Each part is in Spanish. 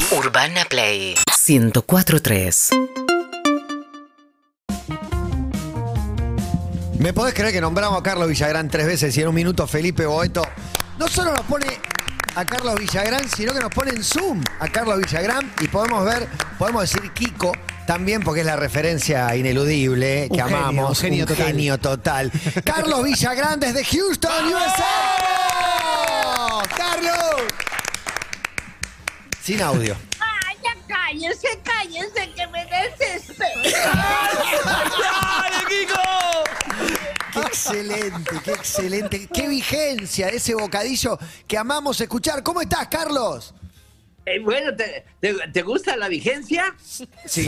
Urbana Play 104.3. ¿Me podés creer que nombramos a Carlos Villagrán 3 veces y en un minuto Felipe Boeto no solo nos pone a Carlos Villagrán, sino que nos pone en Zoom a Carlos Villagrán y podemos decir Kiko también porque es la referencia ineludible que amamos, un genio total. Carlos Villagrán desde Houston, USA. ¡Carlos! Sin audio. ¡Ay, ya cállense, que me desespero! ¡Dale, Kiko! Qué excelente, qué vigencia ese bocadillo que amamos escuchar. ¿Cómo estás, Carlos? Bueno, ¿te gusta la vigencia? Sí.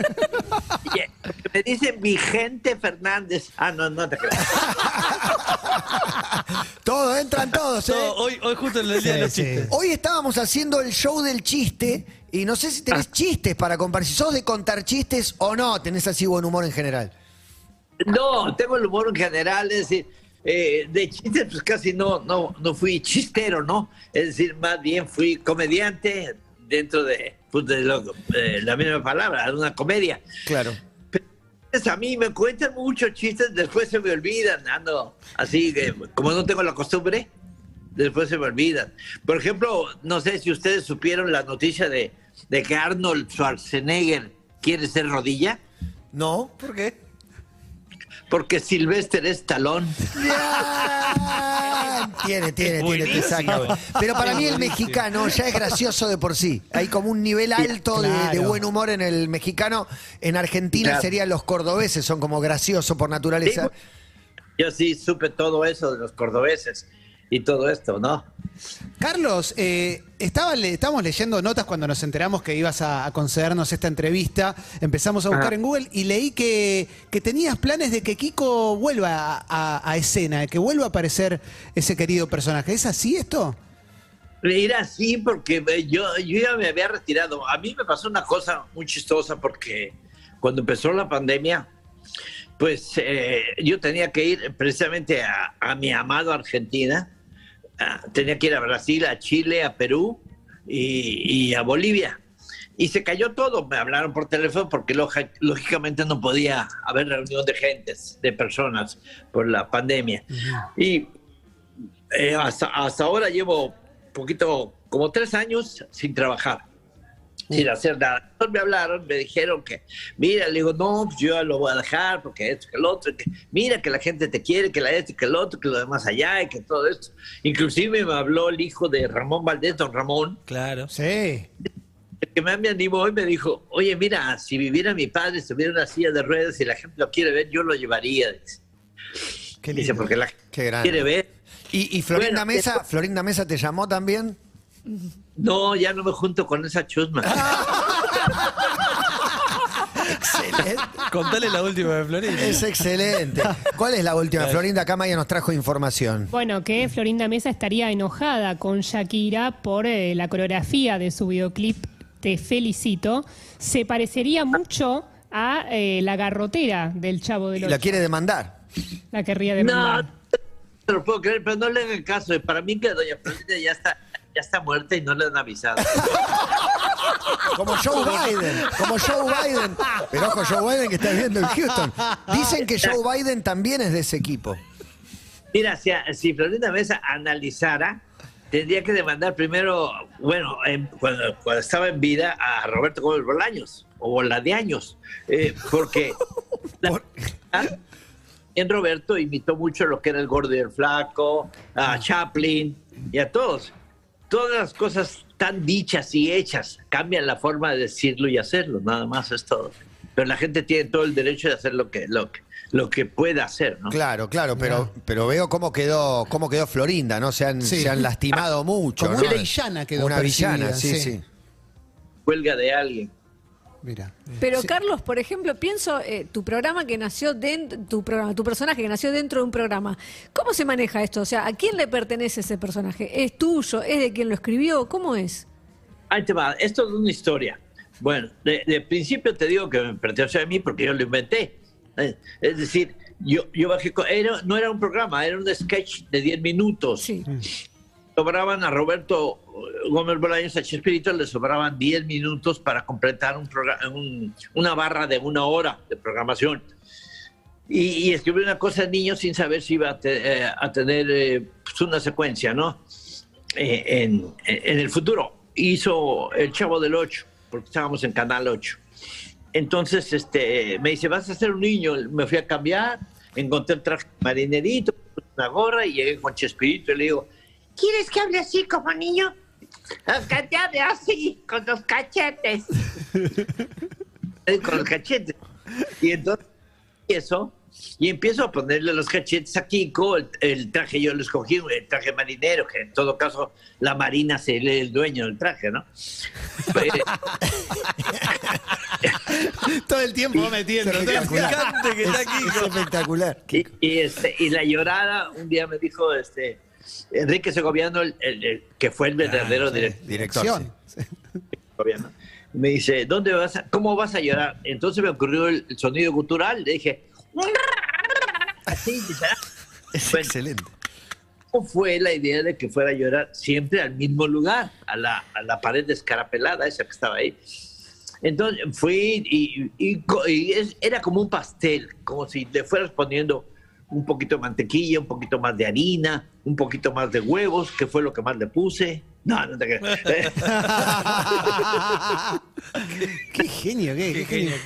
Me dicen Vigente Fernández. Ah, no te creas. Todos, entran todos, ¿eh? Hoy justo en el día de los chistes. Hoy estábamos haciendo el show del chiste y no sé si tenés chistes para compartir. Si sos de contar chistes o no, tenés así buen humor en general. No, tengo el humor en general, es decir, de chistes pues casi no fui chistero, ¿no? Es decir, más bien fui comediante dentro de la misma palabra, de una comedia. Claro. Pero a mí me cuentan muchos chistes, después se me olvidan, ando así, como no tengo la costumbre, después se me olvidan. Por ejemplo, no sé si ustedes supieron la noticia de que Arnold Schwarzenegger quiere ser rodilla. No, ¿por qué? Porque Sylvester Stallone. Tiene, te saca. Pero para mí el mexicano ya es gracioso de por sí. Hay como un nivel alto de buen humor en el mexicano. En Argentina serían los cordobeses, son como graciosos por naturaleza. Yo sí supe todo eso de los cordobeses y todo esto, ¿no? Carlos, estábamos leyendo notas cuando nos enteramos que ibas a concedernos esta entrevista. Empezamos a buscar en Google y leí que tenías planes de que Kiko vuelva a escena, que vuelva a aparecer ese querido personaje. ¿Es así esto? Mira, sí, porque yo ya me había retirado. A mí me pasó una cosa muy chistosa porque cuando empezó la pandemia, pues yo tenía que ir precisamente a mi amado Argentina. Tenía que ir a Brasil, a Chile, a Perú y a Bolivia. Y se cayó todo. Me hablaron por teléfono porque lógicamente no podía haber reunión de gentes, de personas por la pandemia. Y hasta ahora llevo poquito, como 3 años sin trabajar. Sin hacer nada. Entonces me hablaron, me dijeron que, mira, le digo, no, pues yo lo voy a dejar porque esto, que el otro, que mira que la gente te quiere, que la esto, que el otro, que lo demás allá y que todo esto. Inclusive me habló el hijo de Ramón Valdés, don Ramón. Claro. Sí. El que me animó hoy me dijo, oye, mira, si viviera mi padre, estuviera en una silla de ruedas y la gente lo quiere ver, yo lo llevaría. Dice, dice porque la gente quiere ver. ¿Y Florinda Mesa? ¿Florinda Mesa te llamó también? No, ya no me junto con esa chusma. Excelente. Contale la última de Florinda. Es excelente. ¿Cuál es la última? Florinda acá Maya nos trajo información. Bueno, que Florinda Mesa estaría enojada con Shakira por la coreografía de su videoclip Te Felicito. Se parecería mucho a la garrotera del Chavo del Ocho. ¿La quiere demandar? La querría demandar. No lo puedo creer, pero no le hagan caso. Para mí que doña Florinda ya está muerta y no le han avisado. Como Joe Biden. Pero ojo, Joe Biden que está viendo en Houston. Dicen que Joe Biden también es de ese equipo. Mira, si Florinda Mesa analizara, tendría que demandar primero, bueno, cuando estaba en vida, a Roberto Gómez Bolaños, o Boladiaños, porque en Roberto imitó mucho lo que era el gordo y el flaco, a Chaplin y a todos. Todas las cosas tan dichas y hechas cambian la forma de decirlo y hacerlo, nada más es todo. Pero la gente tiene todo el derecho de hacer lo que pueda hacer, ¿no? Claro, pero veo cómo quedó Florinda, ¿no? Se han lastimado mucho, Como ¿no? una villana quedó Una villana, percibida, sí. Huelga de alguien. Mira. Pero Sí. Carlos, por ejemplo, pienso tu programa que nació dentro, tu personaje que nació dentro de un programa. ¿Cómo se maneja esto? O sea, ¿a quién le pertenece ese personaje? ¿Es tuyo? ¿Es de quien lo escribió? ¿Cómo es? Ahí te va, esto es una historia. Bueno, de principio te digo que me pertenece a mí porque yo lo inventé. Es decir, yo bajé, no era un programa, era un sketch de 10 minutos. Sí. sobraban a Roberto Gómez Bolaños, a Chespirito, le sobraban 10 minutos para completar una barra de 1 hora de programación. Y escribió una cosa de niño sin saber si iba a tener pues una secuencia, ¿no? En el futuro. Hizo El Chavo del 8, porque estábamos en Canal 8. Entonces me dice, ¿vas a ser un niño? Me fui a cambiar, encontré el traje marinerito, una gorra y llegué con Chespirito y le digo, ¿Quieres que hable así como niño? Que te hable así, con los cachetes. con los cachetes. Y entonces empiezo a ponerle los cachetes a Kiko. El traje yo lo escogí, el traje marinero, que en todo caso la marina se lee el dueño del traje, ¿no? Todo el tiempo metiendo. Es espectacular. Es espectacular. Y la llorada, un día me dijo Enrique Segoviano, que fue el verdadero Director. Sí. Segoviano. Me dice, ¿cómo vas a llorar? Entonces me ocurrió el sonido gutural. Le dije, así, es excelente. ¿Cómo fue la idea de que fuera a llorar siempre al mismo lugar, a la pared descarapelada, esa que estaba ahí? Entonces fui era como un pastel, como si le fueras poniendo un poquito de mantequilla, un poquito más de harina, un poquito más de huevos, que fue lo que más le puse. No te creas. Qué genio, qué genio.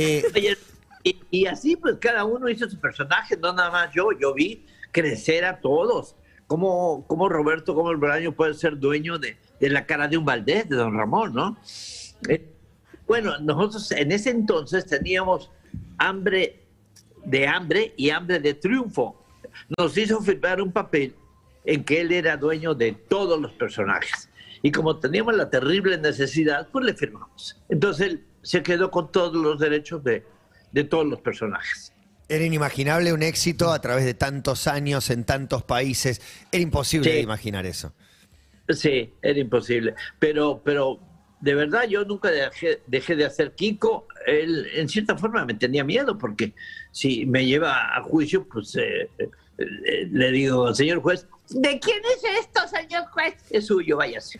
Y así pues cada uno hizo su personaje, no nada más yo vi crecer a todos. Como Roberto Gómez Bolaño puede ser dueño de la cara de un Valdés, de Don Ramón, ¿no? Bueno, nosotros en ese entonces teníamos hambre y hambre de triunfo. Nos hizo firmar un papel en que él era dueño de todos los personajes. Y como teníamos la terrible necesidad, pues le firmamos. Entonces él se quedó con todos los derechos de todos los personajes. Era inimaginable un éxito a través de tantos años en tantos países. Era imposible de imaginar eso. Sí, era imposible. Pero de verdad yo nunca dejé de hacer Kiko. Él en cierta forma me tenía miedo porque si me lleva a juicio, pues le digo, señor juez, ¿de quién es esto, señor juez? es suyo, váyase.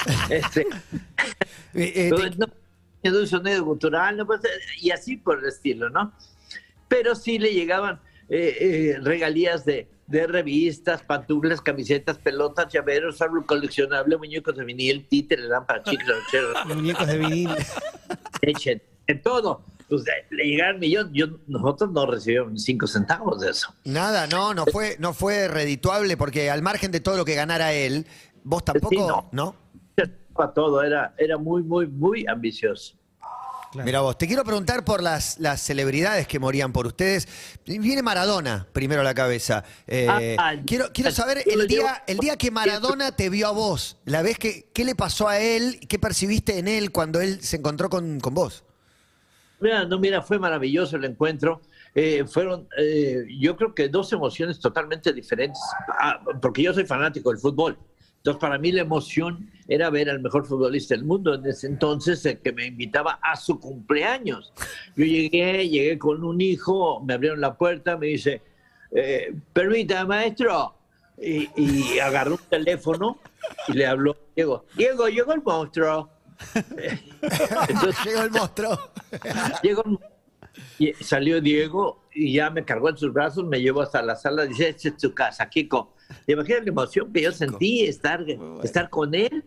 No, un sonido cultural, no, pues, y así por el estilo, ¿no? Pero sí le llegaban regalías de revistas, pantuflas, camisetas, pelotas, llaveros, árbol coleccionable, muñecos de vinil, títeres, lámparas, chicles, Muñecos de vinil. Echen, en todo. Pues le llegaron millones, nosotros no recibimos 5 centavos de eso. Nada, no fue redituable porque al margen de todo lo que ganara él, vos tampoco, Sí, ¿no? A todo, era muy, muy, muy ambicioso. Claro. Mira vos, te quiero preguntar por las celebridades que morían por ustedes. Viene Maradona primero a la cabeza. Quiero saber el día que Maradona te vio a vos, la vez ¿qué le pasó a él? ¿Qué percibiste en él cuando él se encontró con vos? Mira, fue maravilloso el encuentro. Fueron, yo creo que 2 emociones totalmente diferentes, porque yo soy fanático del fútbol. Entonces, para mí la emoción era ver al mejor futbolista del mundo en ese entonces, el que me invitaba a su cumpleaños. Yo llegué con un hijo, me abrieron la puerta, me dice, permita, maestro, y agarró un teléfono y le habló a Diego. Diego, llegó el monstruo. Entonces, llegó el monstruo. Y salió Diego y ya me cargó en sus brazos, me llevó hasta la sala, dice, esta es tu casa, Kiko. ¿Te imaginas la emoción que yo sentí estar con él?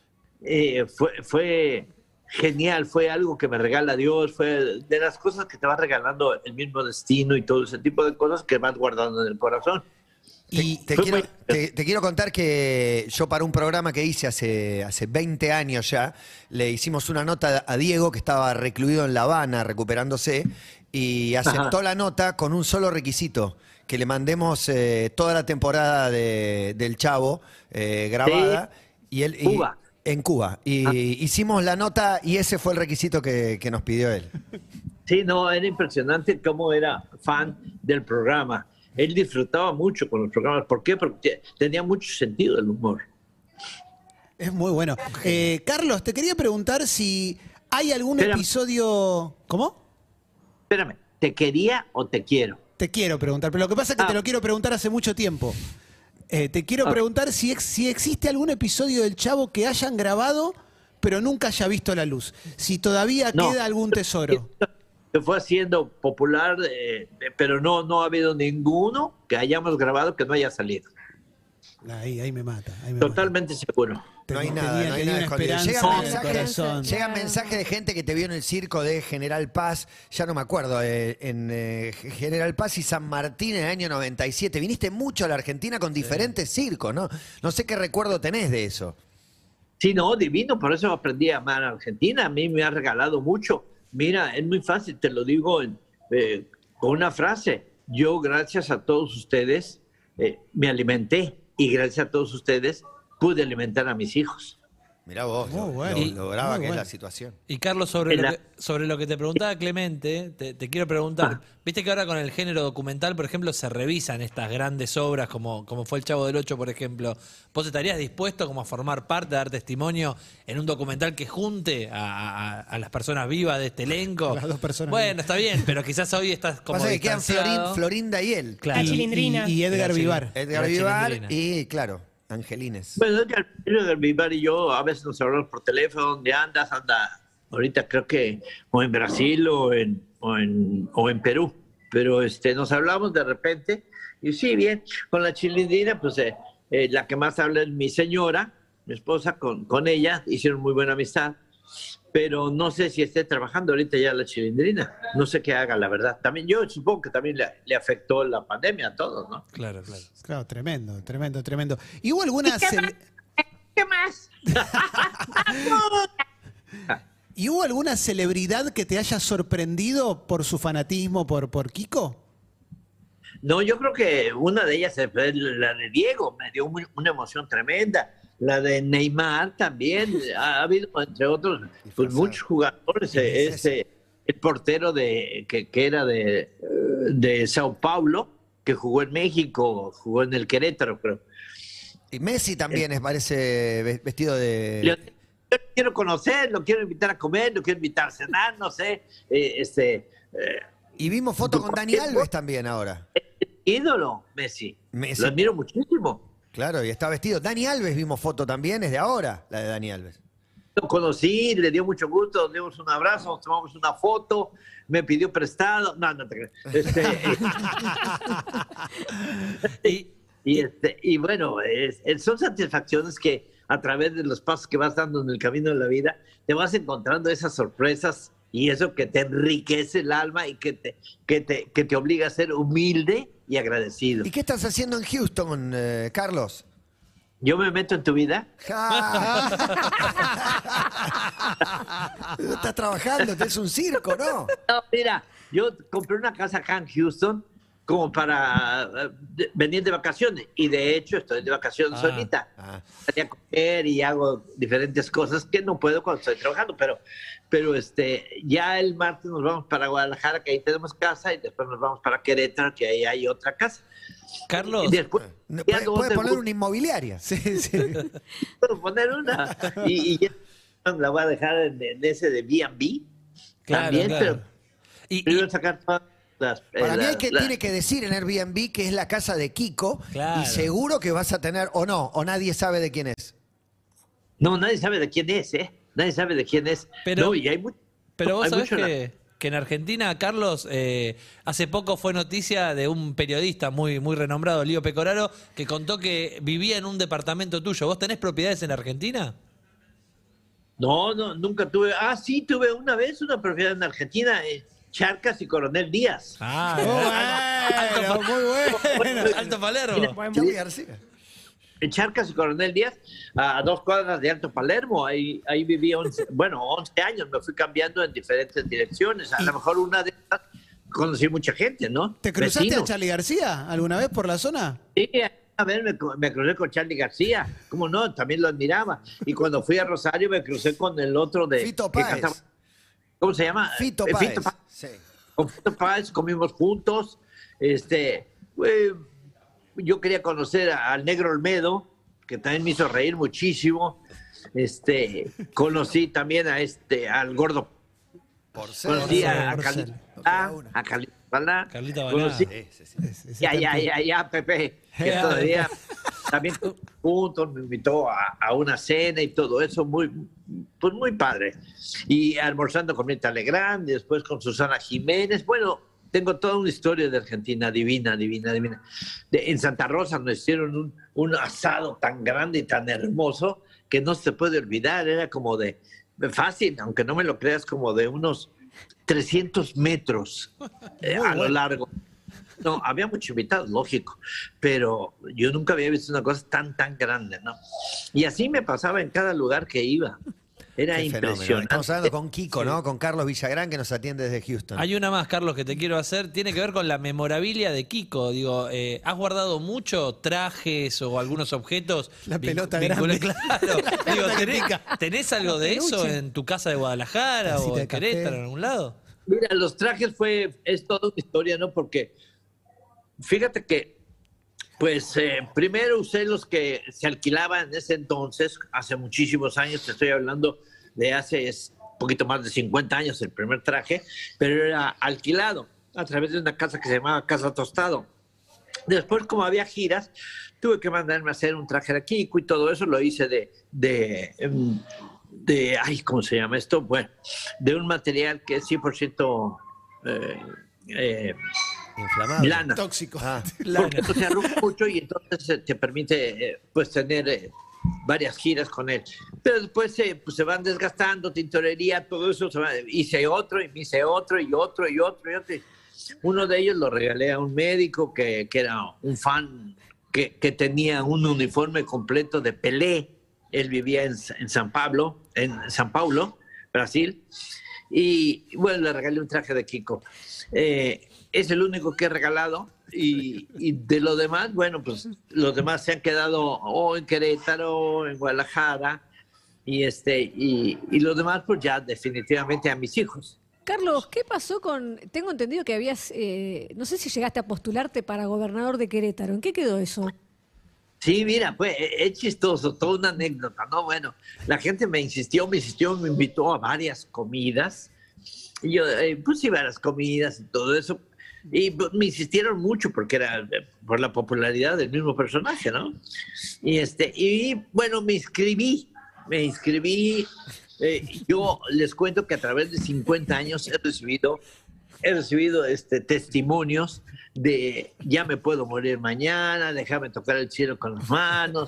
Fue genial, fue algo que me regala Dios, fue de las cosas que te va regalando el mismo destino y todo ese tipo de cosas que vas guardando en el corazón. Y te quiero contar que yo para un programa que hice hace 20 años ya, le hicimos una nota a Diego que estaba recluido en La Habana recuperándose y aceptó la nota con un solo requisito, que le mandemos toda la temporada del Chavo grabada. Sí. Cuba. En Cuba. Y hicimos la nota y ese fue el requisito que nos pidió él. Sí, no, era impresionante cómo era fan del programa. Él disfrutaba mucho con los programas. ¿Por qué? Porque tenía mucho sentido el humor. Es muy bueno. Carlos, te quería preguntar si hay algún Espérame. episodio... ¿Cómo? Espérame, ¿te quería o te quiero? Te quiero preguntar, pero lo que pasa es que te lo quiero preguntar hace mucho tiempo. Te quiero preguntar si existe algún episodio del Chavo que hayan grabado, pero nunca haya visto la luz. Si todavía No. queda algún tesoro. Se fue haciendo popular, pero no ha habido ninguno que hayamos grabado que no haya salido. Ahí me mata. Totalmente seguro. No hay nada, Tenía no hay nada una escondido. esperanza Llegan en el corazón. mensajes de gente que te vio en el circo de General Paz, ya no me acuerdo, en General Paz y San Martín en el año 97. Viniste mucho a la Argentina con diferentes circos, ¿no? No sé qué recuerdo tenés de eso. Sí, no, divino, por eso aprendí a amar a Argentina. A mí me ha regalado mucho. Mira, es muy fácil, te lo digo con una frase. Yo, gracias a todos ustedes, me alimenté y gracias a todos ustedes pude alimentar a mis hijos. Mirá vos, Muy bueno. lo brava Muy que es bueno. la situación. Y Carlos, sobre lo que te preguntaba Clemente, te quiero preguntar, viste que ahora con el género documental, por ejemplo, se revisan estas grandes obras como fue El Chavo del Ocho, por ejemplo. ¿Vos estarías dispuesto como a formar parte, a dar testimonio en un documental que junte a las personas vivas de este elenco? Las dos personas Bueno, vivas. está bien, pero quizás hoy estás como Pasa que quedan distanciado. Florinda y él. Claro. La Chilindrina. Y Edgar La Vivar. Edgar La Vivar Chilindrina. y, claro, Angelines. Bueno, Edgar Vivar y yo a veces nos hablamos por teléfono. ¿Dónde andas? Anda ahorita creo que o en Brasil o en Perú. Pero nos hablamos de repente y sí, bien. Con la Chilindrina, pues la que más habla es mi señora, mi esposa, con ella. Hicieron muy buena amistad. Pero no sé si esté trabajando ahorita ya la Chilindrina. No sé qué haga, la verdad. También yo supongo que también le afectó la pandemia a todos, ¿no? Claro, claro. Claro, tremendo. ¿Y hubo alguna ¿Qué más? ¿Y hubo alguna celebridad que te haya sorprendido por su fanatismo por Kiko? No, yo creo que una de ellas fue la de Diego, me dio una emoción tremenda. La de Neymar también, ha habido, entre otros, pues, muchos jugadores. El portero que era de Sao Paulo, que jugó en México, jugó en el Querétaro, creo. Y Messi también parece vestido de... Yo lo quiero conocer, lo quiero invitar a comer, lo quiero invitar a cenar, no sé. Y vimos foto con Dani Alves también ahora. Ídolo, Messi. Lo admiro muchísimo. Claro, y está vestido. Dani Alves vimos foto también, es de ahora, la de Dani Alves. Lo conocí, le dio mucho gusto, nos dimos un abrazo, nos tomamos una foto, me pidió prestado. No te creas. Y bueno, son satisfacciones que a través de los pasos que vas dando en el camino de la vida, te vas encontrando esas sorpresas y eso que te enriquece el alma y que te obliga a ser humilde y agradecido. ¿Y qué estás haciendo en Houston, Carlos? Yo me meto en tu vida. Estás trabajando, es un circo, ¿no? No, mira, yo compré una casa acá en Houston como para venir de vacaciones y de hecho estoy de vacaciones ahorita. Salí a comer y hago diferentes cosas que no puedo cuando estoy trabajando, pero ya el martes nos vamos para Guadalajara, que ahí tenemos casa, y después nos vamos para Querétaro, que ahí hay otra casa. Carlos, Y después, Puede poner una inmobiliaria. Sí. puedo poner una y ya la voy a dejar en ese de B&B claro, también, claro. pero primero sacar todas las... Para mí tiene que decir en Airbnb que es la casa de Kiko Claro. y seguro que vas a tener, o no, o nadie sabe de quién es. No, nadie sabe de quién es, ¿eh? Nadie sabe de quién es. Pero- No, y hay mucho... pero vos hay sabés mucho que en Argentina, Carlos, hace poco fue noticia de un periodista muy, muy renombrado, Lío Pecoraro, que contó que vivía en un departamento tuyo. ¿Vos tenés propiedades en Argentina? No, nunca tuve... Sí, tuve una vez una propiedad en Argentina, Charcas y Coronel Díaz. Muy bueno. Alto Palermo. Charly García. En Charcas y Coronel Díaz, a 2 cuadras de Alto Palermo. Ahí viví 11 años, me fui cambiando en diferentes direcciones. A lo mejor una de esas conocí mucha gente, ¿no? ¿Te cruzaste Vecinos. a Charly García alguna vez por la zona? Sí, a ver, me crucé con Charly García. ¿Cómo no? También lo admiraba. Y cuando fui a Rosario me crucé con el otro de... Fito que Páez. cantaba- ¿Cómo se llama? Fito Fito Páez. Sí. Con Fito Páez comimos juntos. Yo quería conocer al Negro Olmedo, que también me hizo reír muchísimo. Conocí también al Gordo. Por ser. Conocí por ser. a Carlito Balá. Carlita Balá. Conocí- ya, Pepe, que Ya. todavía también juntos me invitó a una cena y todo eso, pues muy padre. Y almorzando con Mirta Legrand, y después con Susana Jiménez. Bueno, tengo toda una historia de Argentina divina, divina, divina. En Santa Rosa nos hicieron un asado tan grande y tan hermoso que no se puede olvidar. Era como de fácil, aunque no me lo creas, como de unos 300 metros a lo largo. No, había muchos invitados, lógico, pero yo nunca había visto una cosa tan grande, ¿no? Y así me pasaba en cada lugar que iba. Era Qué fenómeno. impresionante. Estamos hablando con Kiko, ¿no? Con Carlos Villagrán, que nos atiende desde Houston. Hay una más, Carlos, que te quiero hacer. Tiene que ver con la memorabilia de Kiko. Digo, ¿has guardado mucho trajes o algunos objetos? La pelota vinculados? grande. Claro. Digo, La ¿tenés, pica. ¿tenés algo de eso Peluche. en tu casa de Guadalajara Tacita o de en café. Querétaro, en algún lado? Mira, los trajes es toda una historia, ¿no? Porque fíjate que, pues, primero usé los que se alquilaban en ese entonces, hace muchísimos años, te estoy hablando de hace un poquito más de 50 años, el primer traje, pero era alquilado a través de una casa que se llamaba Casa Tostado. Después, como había giras, tuve que mandarme a hacer un traje de Kiko y todo eso lo hice ay, ¿cómo se llama esto? Bueno, de un material que es 100% Inflamable. lana. Tóxico. Ah. Porque esto se arruga mucho y entonces te permite pues tener varias giras con él. Pero después pues, se van desgastando, tintorería, todo eso. Hice otro y me hice otro y otro y otro y otro. Uno de ellos lo regalé a un médico que era un fan que tenía un uniforme completo de Pelé. Él vivía en San Paulo, Brasil. Y bueno, le regalé un traje de Kiko. Es el único que he regalado y de lo demás, bueno, pues los demás se han quedado o en Querétaro, en Guadalajara y los demás pues ya definitivamente a mis hijos. Carlos, ¿qué pasó con...? Tengo entendido que habías... no sé si llegaste a postularte para gobernador de Querétaro. ¿En qué quedó eso? Sí, mira, pues es chistoso, toda una anécdota, ¿no? Bueno, la gente me insistió, me invitó a varias comidas. Y yo, pues iba a las comidas y todo eso. Y pues, me insistieron mucho porque era por la popularidad del mismo personaje, ¿no? Y bueno, me inscribí. Yo les cuento que a través de 50 años he recibido testimonios de ya me puedo morir mañana, déjame tocar el cielo con las manos,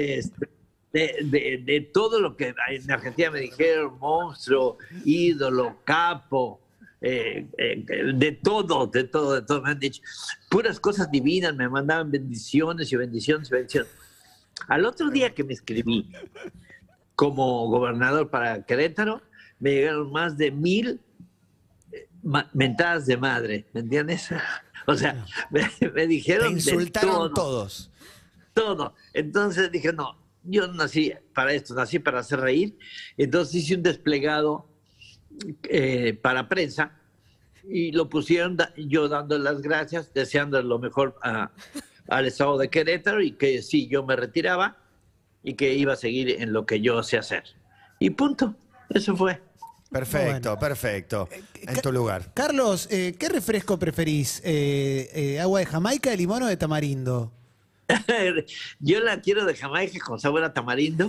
de todo lo que en Argentina me dijeron, monstruo, ídolo, capo, de todo me han dicho. Puras cosas divinas, me mandaban bendiciones y bendiciones y bendiciones. Al otro día que me escribí como gobernador para Querétaro, me llegaron más de 1000 mentadas de madre, ¿me entiendes? O sea, me dijeron Te insultaron de todos. todo. Entonces dije, no, yo no nací para esto, nací para hacer reír. Entonces hice un desplegado para prensa y lo pusieron yo dando las gracias, deseando lo mejor al estado de Querétaro y que sí, yo me retiraba y que iba a seguir en lo que yo sé hacer. Y punto, eso fue. Perfecto, Bueno. perfecto. En tu lugar. Carlos, ¿qué refresco preferís? ¿Agua de Jamaica, de limón o de tamarindo? Yo la quiero de Jamaica con sabor a tamarindo.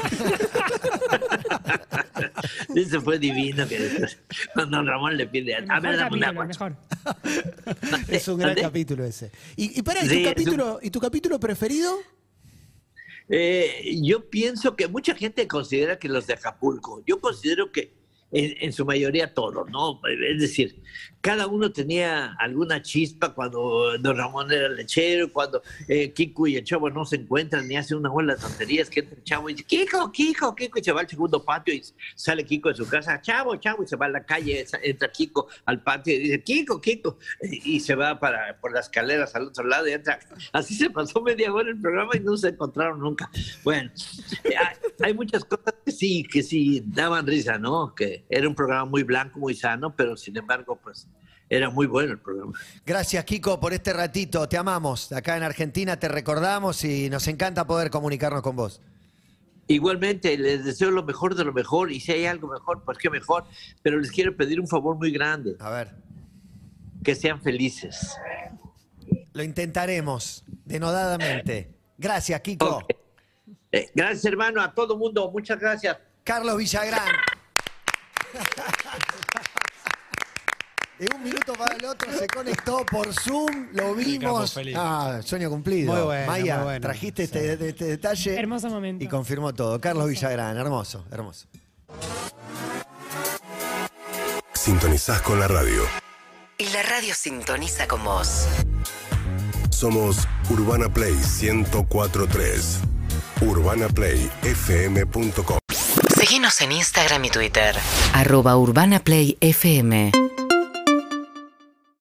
Eso fue divino que cuando Ramón le pide El a mejor ver, dame un capítulo, agua. el mejor. Es un gran ¿Ande? capítulo ese. ¿Y para Sí, ¿y tu capítulo preferido? Yo pienso que mucha gente considera que los de Acapulco, yo considero que en su mayoría todos, ¿no? Es decir, cada uno tenía alguna chispa cuando don Ramón era lechero, cuando Kiko y el Chavo no se encuentran ni hacen una bola de tonterías, que entra el Chavo y dice, Kiko, y se va al segundo patio y sale Kiko de su casa, Chavo, y se va a la calle, entra Kiko al patio y dice, Kiko, y se va por las escaleras al otro lado y entra. Así se pasó media hora el programa y no se encontraron nunca. Bueno, hay muchas cosas que sí daban risa, ¿no? Que era un programa muy blanco, muy sano, pero sin embargo, pues era muy bueno el programa. Gracias, Kiko, por este ratito. Te amamos. Acá en Argentina te recordamos y nos encanta poder comunicarnos con vos. Igualmente, les deseo lo mejor de lo mejor y si hay algo mejor, pues qué mejor, pero les quiero pedir un favor muy grande. A ver. que sean felices. Lo intentaremos, denodadamente. Gracias, Kiko. Ok. Gracias, hermano, a todo mundo. Muchas gracias. Carlos Villagrán. De un minuto para el otro se conectó por Zoom, lo vimos. feliz. Sueño cumplido. Muy bueno, Maya, muy bueno. trajiste este detalle. Hermoso momento. Y confirmó todo. Carlos Villagrán, hermoso, hermoso. Sintonizás con la radio. Y la radio sintoniza con vos. Somos Urbana Play 104.3. UrbanaPlayFM.com. Seguinos en Instagram y Twitter. @UrbanaPlayFM.